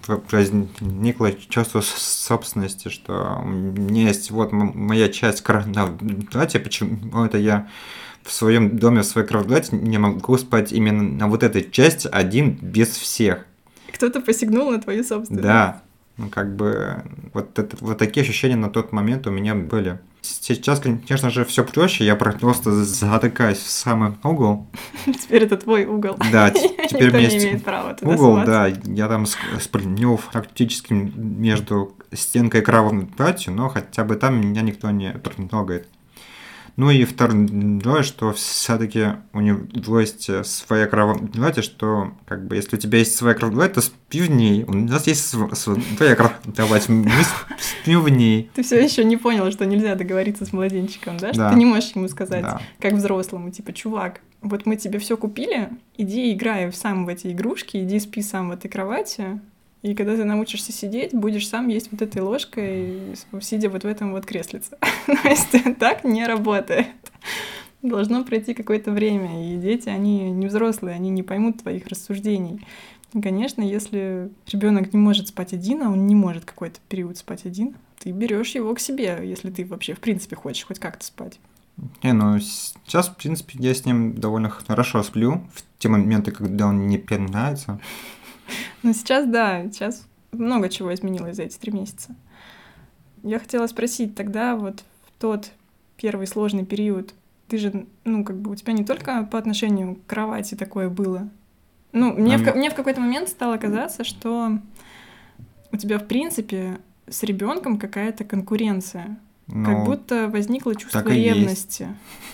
возникло чувство собственности, что у меня есть вот моя часть кровати, почему это я в своем доме, в своей кровати не могу спать именно на вот этой части один без всех. Кто-то посягнул на твою собственность. Да, ну как бы вот, это, вот такие ощущения на тот момент у меня были. Сейчас, конечно же, все проще, я просто затыкаюсь в самый угол. Теперь это твой угол. Да, теперь у меня есть угол, да, я там сплю практически между стенкой и кроватью, но хотя бы там меня никто не трогает. Ну и второе, что все-таки у него есть своя кровать, что как бы если у тебя есть своя кровать, то спи в ней. У нас есть своя кровать, мы спим в ней. Ты все еще не понял, что нельзя договориться с младенчиком, да? Что да. Ты не можешь ему сказать, да. как взрослому, типа, чувак, вот мы тебе все купили, иди играй сам в эти игрушки, иди спи сам в этой кровати. И когда ты научишься сидеть, будешь сам есть вот этой ложкой, сидя вот в этом вот креслице. То есть так не работает. Должно пройти какое-то время, и дети, они не взрослые, они не поймут твоих рассуждений. И, конечно, если ребенок не может спать один, а он не может какой-то период спать один, ты берешь его к себе, если ты вообще в принципе хочешь хоть как-то спать. Не, ну сейчас, в принципе, я с ним довольно хорошо сплю в те моменты, когда он не пинается. Ну, сейчас, да, сейчас много чего изменилось за эти три месяца. Я хотела спросить, тогда вот в тот первый сложный период, ты же, ну, как бы у тебя не только по отношению к кровати такое было. Ну, мне, в, мне в какой-то момент стало казаться, что у тебя, в принципе, с ребенком какая-то конкуренция. Ну, как будто возникло чувство ревности.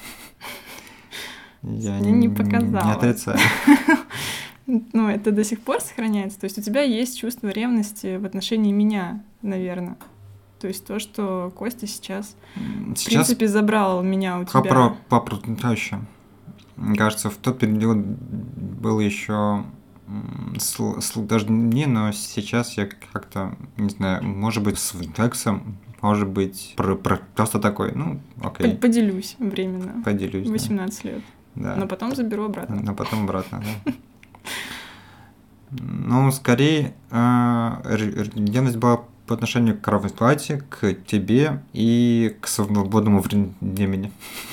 Я Мне не показалось. Не отрицаю. Ну, это до сих пор сохраняется. То есть у тебя есть чувство ревности в отношении меня, наверное. То есть то, что Костя сейчас, сейчас в принципе, забрал меня у тебя. Попро- попроще. Мне кажется, в тот период был еще сложнее, но сейчас я как-то, не знаю, может быть, с сексом, может быть, про- про- просто такой, ну, окей. Поделюсь временно. Поделюсь, восемнадцать да. лет. Да. Но потом заберу обратно. Но потом обратно, да. Ну, скорее, ревность была по отношению к работе, к тебе и к свободному времени.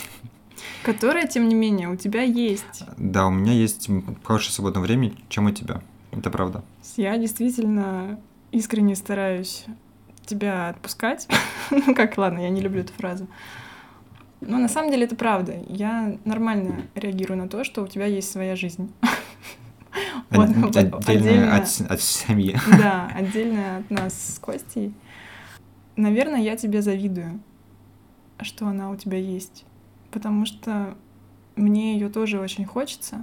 Которое, тем не менее, у тебя есть. Да, у меня есть больше свободного времени, чем у тебя. Это правда. Я действительно искренне стараюсь тебя отпускать. Ну как, ладно, я не люблю эту фразу. Но на самом деле это правда. Я нормально реагирую на то, что у тебя есть своя жизнь. Вот, отдельная отдельно... от, от семьи. Да, отдельно от нас с Костей. Наверное, я тебе завидую, что она у тебя есть. Потому что мне ее тоже очень хочется,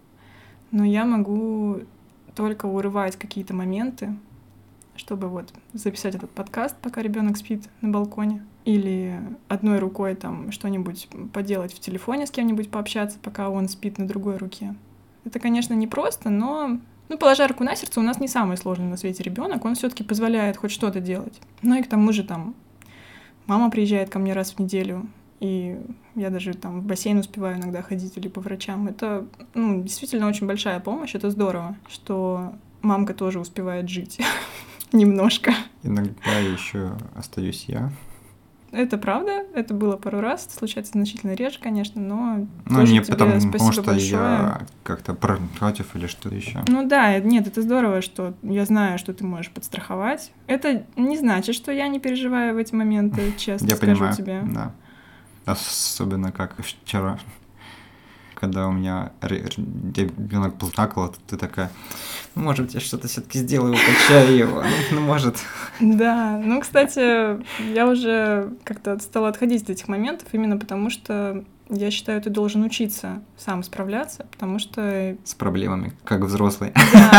но я могу только урывать какие-то моменты, чтобы вот записать этот подкаст, пока ребенок спит на балконе, или одной рукой там что-нибудь поделать в телефоне, с кем-нибудь пообщаться, пока он спит на другой руке. Это, конечно, непросто, но, ну, положа руку на сердце, у нас не самый сложный на свете ребенок, он все-таки позволяет хоть что-то делать. Ну и к тому же там мама приезжает ко мне раз в неделю, и я даже там в бассейн успеваю иногда ходить или по врачам. Это, ну, действительно очень большая помощь, это здорово, что мамка тоже успевает жить немножко. Иногда еще остаюсь я. Это правда, это было пару раз, случается значительно реже, конечно, но ну, тоже не тебе потому, спасибо что большое. Я как-то против или что-то еще. Ну да, нет, это здорово, что я знаю, что ты можешь подстраховать. Это не значит, что я не переживаю в эти моменты, честно я скажу понимаю, тебе. Да. Особенно как вчера, когда у меня ребенок плакал, ты такая, ну, может, я что-то все-таки сделаю, укачаю его, ну, может. Да, ну, кстати, я уже как-то стала отходить от этих моментов, именно потому что я считаю, ты должен учиться сам справляться, потому что... С проблемами, как взрослый.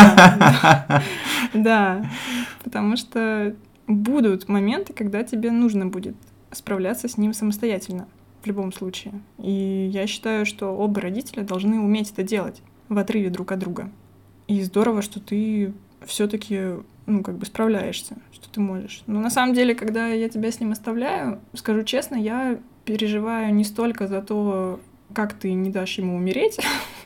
Да, да, потому что будут моменты, когда тебе нужно будет справляться с ним самостоятельно, в любом случае. И я считаю, что оба родителя должны уметь это делать в отрыве друг от друга. И здорово, что ты все-таки, ну, как бы справляешься, что ты можешь. Но на самом деле, когда я тебя с ним оставляю, скажу честно, я переживаю не столько за то, как ты не дашь ему умереть,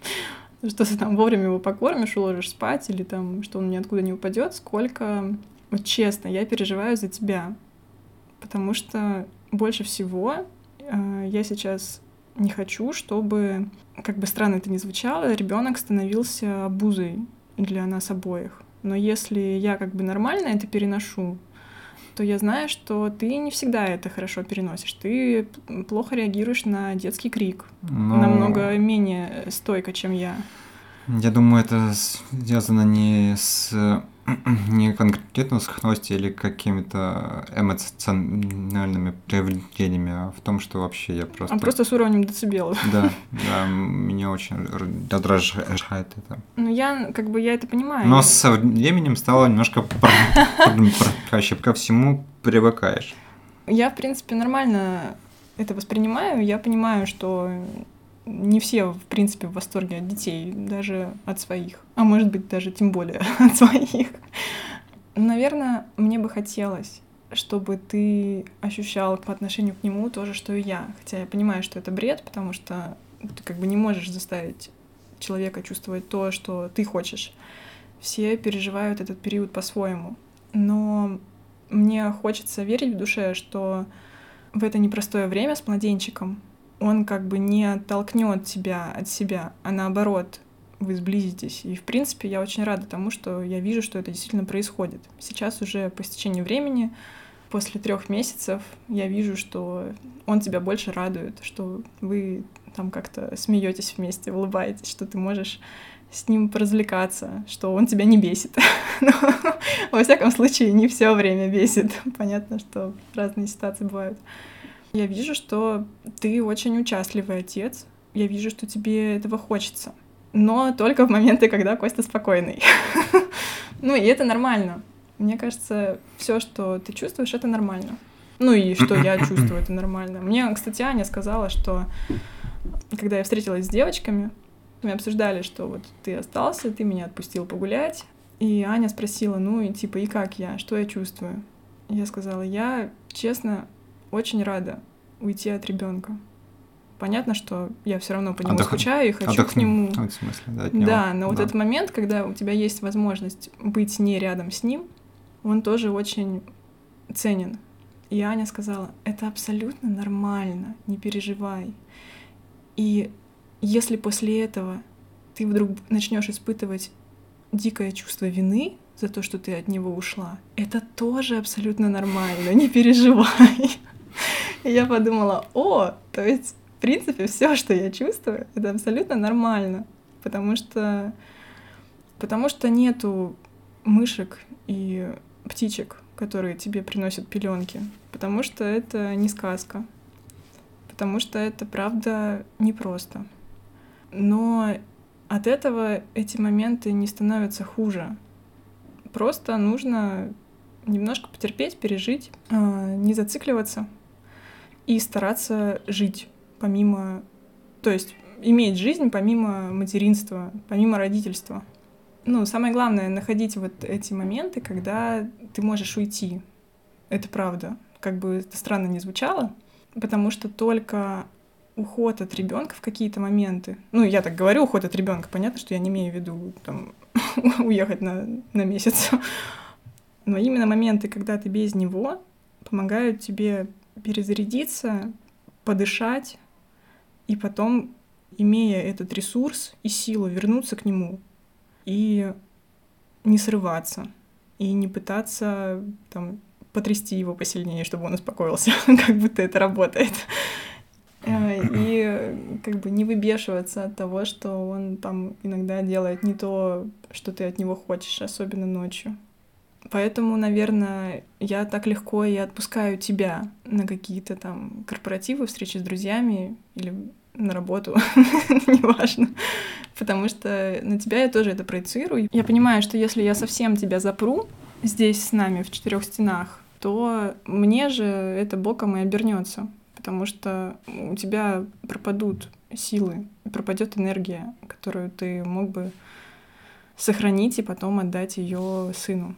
что ты там вовремя его покормишь, уложишь спать, или там, что он ниоткуда не упадет, сколько, вот честно, я переживаю за тебя. Потому что больше всего э, я сейчас не хочу, чтобы, как бы странно это ни звучало, ребенок становился обузой для нас обоих. Но если я как бы нормально это переношу, то я знаю, что ты не всегда это хорошо переносишь. Ты плохо реагируешь на детский крик. Но... намного менее стойко, чем я. Я думаю, это связано не с... не конкретно с хностью или какими-то эмоциональными проявлениями, а в том, что вообще я просто... А просто с уровнем децибелов. Да, да, меня очень раздражает это. Ну, я, как бы, я это понимаю. Но со временем стало немножко проще, ко всему привыкаешь. Я, в принципе, нормально это воспринимаю. Я понимаю, что не все, в принципе, в восторге от детей, даже от своих. А может быть, даже тем более от своих. Наверное, мне бы хотелось, чтобы ты ощущал по отношению к нему то же, что и я. Хотя я понимаю, что это бред, потому что ты как бы не можешь заставить человека чувствовать то, что ты хочешь. Все переживают этот период по-своему. Но мне хочется верить в душе, что в это непростое время с младенчиком он как бы не оттолкнет тебя от себя, а наоборот, вы сблизитесь. И, в принципе, я очень рада тому, что я вижу, что это действительно происходит. Сейчас уже по истечению времени, после трех месяцев, я вижу, что он тебя больше радует, что вы там как-то смеетесь вместе, улыбаетесь, что ты можешь с ним поразвлекаться, что он тебя не бесит. Но, во всяком случае, не все время бесит. Понятно, что разные ситуации бывают. Я вижу, что ты очень участливый отец. Я вижу, что тебе этого хочется. Но только в моменты, когда Костя спокойный. Ну, и это нормально. Мне кажется, все, что ты чувствуешь, это нормально. Ну, и что я чувствую, это нормально. Мне, кстати, Аня сказала, что когда я встретилась с девочками, мы обсуждали, что вот ты остался, ты меня отпустил погулять. И Аня спросила, ну, и типа, и как я? Что я чувствую? Я сказала, я, честно, очень рада уйти от ребенка. Понятно, что я все равно по нему Отдох... скучаю и хочу Отдохни. к нему. В смысле, да, от него. Да, но да. вот этот момент, когда у тебя есть возможность быть не рядом с ним, он тоже очень ценен. И Аня сказала: это абсолютно нормально, не переживай. И если после этого ты вдруг начнешь испытывать дикое чувство вины за то, что ты от него ушла, это тоже абсолютно нормально, не переживай. И я подумала: о, то есть, в принципе, все, что я чувствую, это абсолютно нормально, потому что, потому что нету мышек и птичек, которые тебе приносят пеленки, потому что это не сказка, потому что это, правда, непросто. Но от этого эти моменты не становятся хуже. Просто нужно немножко потерпеть, пережить, не зацикливаться и стараться жить помимо... То есть иметь жизнь помимо материнства, помимо родительства. Ну, самое главное — находить вот эти моменты, когда ты можешь уйти. Это правда. Как бы это странно ни звучало, потому что только уход от ребенка в какие-то моменты... Ну, я так говорю, уход от ребенка. Понятно, что я не имею в виду там уехать на, на месяц. Но именно моменты, когда ты без него, помогают тебе перезарядиться, подышать, и потом, имея этот ресурс и силу, вернуться к нему и не срываться, и не пытаться там потрясти его посильнее, чтобы он успокоился, как будто это работает. И как бы не выбешиваться от того, что он там иногда делает не то, что ты от него хочешь, особенно ночью. Поэтому, наверное, я так легко и отпускаю тебя на какие-то там корпоративы, встречи с друзьями или на работу, неважно, потому что на тебя я тоже это проецирую. Я понимаю, что если я совсем тебя запру здесь с нами в четырех стенах, то мне же это боком и обернется, потому что у тебя пропадут силы, пропадет энергия, которую ты мог бы сохранить и потом отдать ее сыну.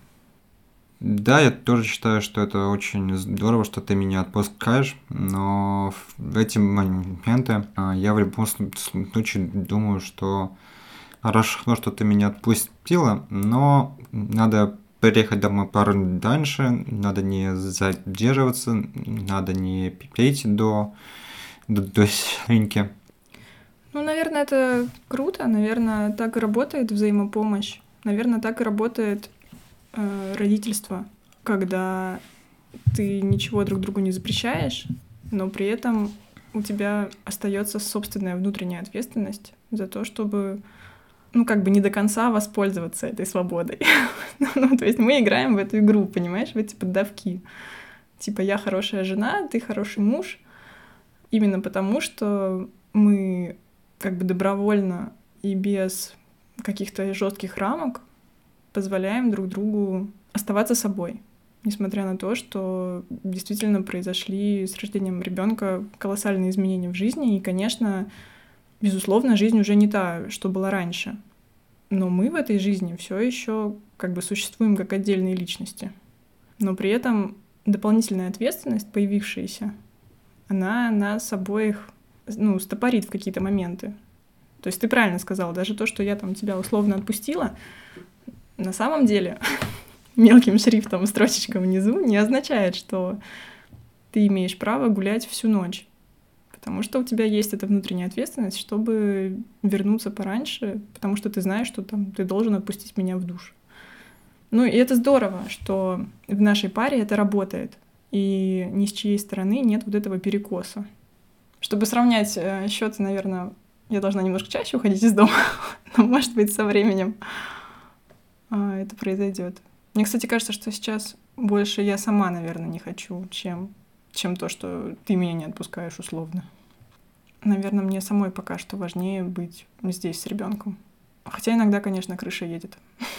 Да, я тоже считаю, что это очень здорово, что ты меня отпускаешь, но в эти моменты я в любом случае думаю, что хорошо, что ты меня отпустила, но надо приехать домой пораньше, надо не задерживаться, надо не пить до, до, до синьки. Ну, наверное, это круто, наверное, так и работает взаимопомощь, наверное, так и работает родительство, когда ты ничего друг другу не запрещаешь, но при этом у тебя остается собственная внутренняя ответственность за то, чтобы, ну, как бы не до конца воспользоваться этой свободой. Ну, то есть мы играем в эту игру, понимаешь, в эти поддавки. Типа я хорошая жена, ты хороший муж, именно потому что мы как бы добровольно и без каких-то жестких рамок позволяем друг другу оставаться собой, несмотря на то, что действительно произошли с рождением ребенка колоссальные изменения в жизни, и, конечно, безусловно, жизнь уже не та, что была раньше. Но мы в этой жизни все еще как бы существуем как отдельные личности. Но при этом дополнительная ответственность, появившаяся, она нас обоих, ну, стопорит в какие-то моменты. То есть ты правильно сказала, даже то, что я там тебя условно отпустила, на самом деле мелким шрифтом, строчечка внизу, не означает, что ты имеешь право гулять всю ночь. Потому что у тебя есть эта внутренняя ответственность, чтобы вернуться пораньше, потому что ты знаешь, что там ты должен отпустить меня в душ. Ну и это здорово, что в нашей паре это работает, и ни с чьей стороны нет вот этого перекоса. Чтобы сравнять счеты, наверное, я должна немножко чаще уходить из дома, но, может быть, со временем это произойдет. Мне, кстати, кажется, что сейчас больше я сама, наверное, не хочу, чем, чем то, что ты меня не отпускаешь условно. Наверное, мне самой пока что важнее быть здесь с ребенком. Хотя иногда, конечно, крыша едет.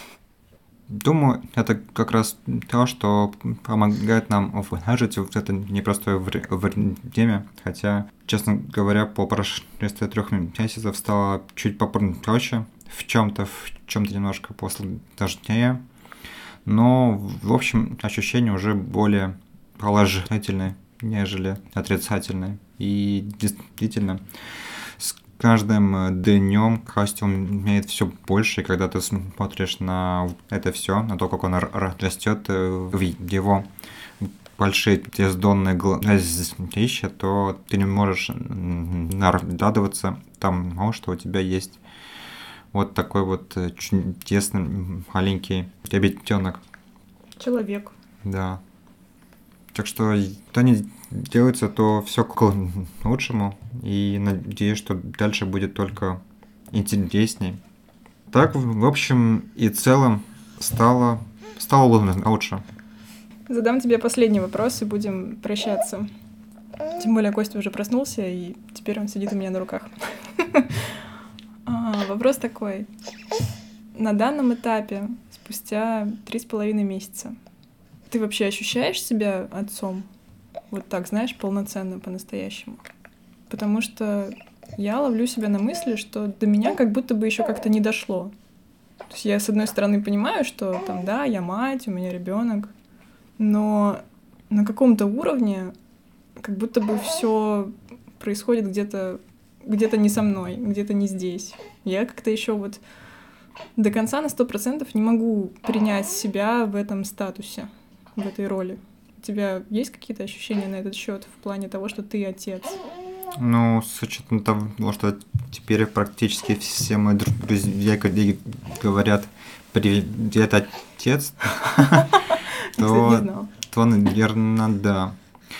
Думаю, это как раз то, что помогает нам выжить в это непростое время. Хотя, честно говоря, по прошествии трех месяцев стало чуть попроще, в чем-то, в чем-то немножко посложнее. Но, в общем, ощущения уже более положительные, нежели отрицательные. И действительно, с каждым днем костюм имеет все больше, и когда ты смотришь на это все, на то, как он растет в его большие бездонные глазища, то ты не можешь радоваться тому, что у тебя есть вот такой вот чудесный маленький ребятенок. Человек. Да. Так что, что не делается, то все к лучшему. И надеюсь, что дальше будет только интересней. Так, в общем и целом, стало, стало лучше. Задам тебе последний вопрос, и будем прощаться. Тем более Костя уже проснулся, и теперь он сидит у меня на руках. Вопрос такой. На данном этапе, спустя три с половиной месяца, ты вообще ощущаешь себя отцом? Вот так, знаешь, полноценно, по-настоящему? Потому что я ловлю себя на мысли, что до меня как будто бы еще как-то не дошло. То есть я, с одной стороны, понимаю, что там, да, я мать, у меня ребенок, но на каком-то уровне как будто бы все происходит где-то где-то не со мной, где-то не здесь. Я как-то еще вот до конца на сто процентов не могу принять себя в этом статусе, в этой роли. У тебя есть какие-то ощущения на этот счет в плане того, что ты отец? Ну, с учетом того, что теперь практически все мои друзья и коллеги говорят «Привет, отец», то, наверное, да.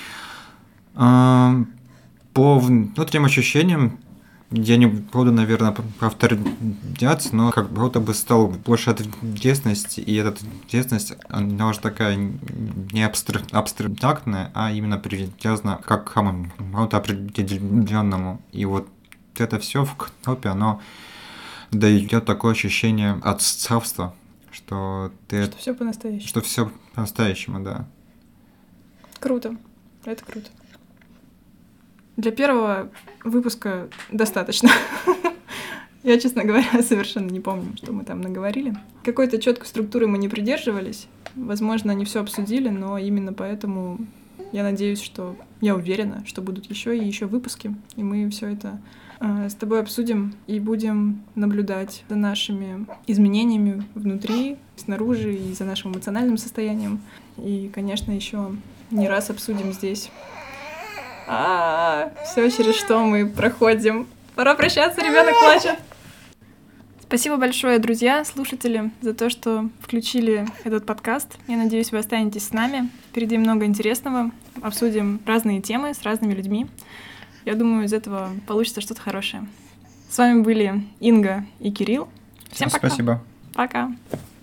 По внутренним ощущениям я не буду, наверное, повторяться, но как будто бы стал больше ответственности, и эта ответственность, она уже такая не абстрактная, а именно привязана как к кому-то определенному. И вот это все в кнопе, оно дает такое ощущение отцовства, что ты... Что все по-настоящему. Что все по-настоящему, да. Круто. Это круто. Для первого выпуска достаточно. Я, честно говоря, совершенно не помню, что мы там наговорили. Какой-то четкой структуры мы не придерживались. Возможно, не все обсудили, но именно поэтому я надеюсь, что я уверена, что будут еще и еще выпуски, и мы все это э, с тобой обсудим и будем наблюдать за нашими изменениями внутри, снаружи и за нашим эмоциональным состоянием. И, конечно, еще не раз обсудим здесь. А, все, через что мы проходим. Пора прощаться, ребенок плачет. Спасибо большое, друзья, слушатели, за то, что включили этот подкаст. Я надеюсь, вы останетесь с нами. Впереди много интересного. Обсудим разные темы с разными людьми. Я думаю, из этого получится что-то хорошее. С вами были Инга и Кирилл. Всем пока. Спасибо. Пока.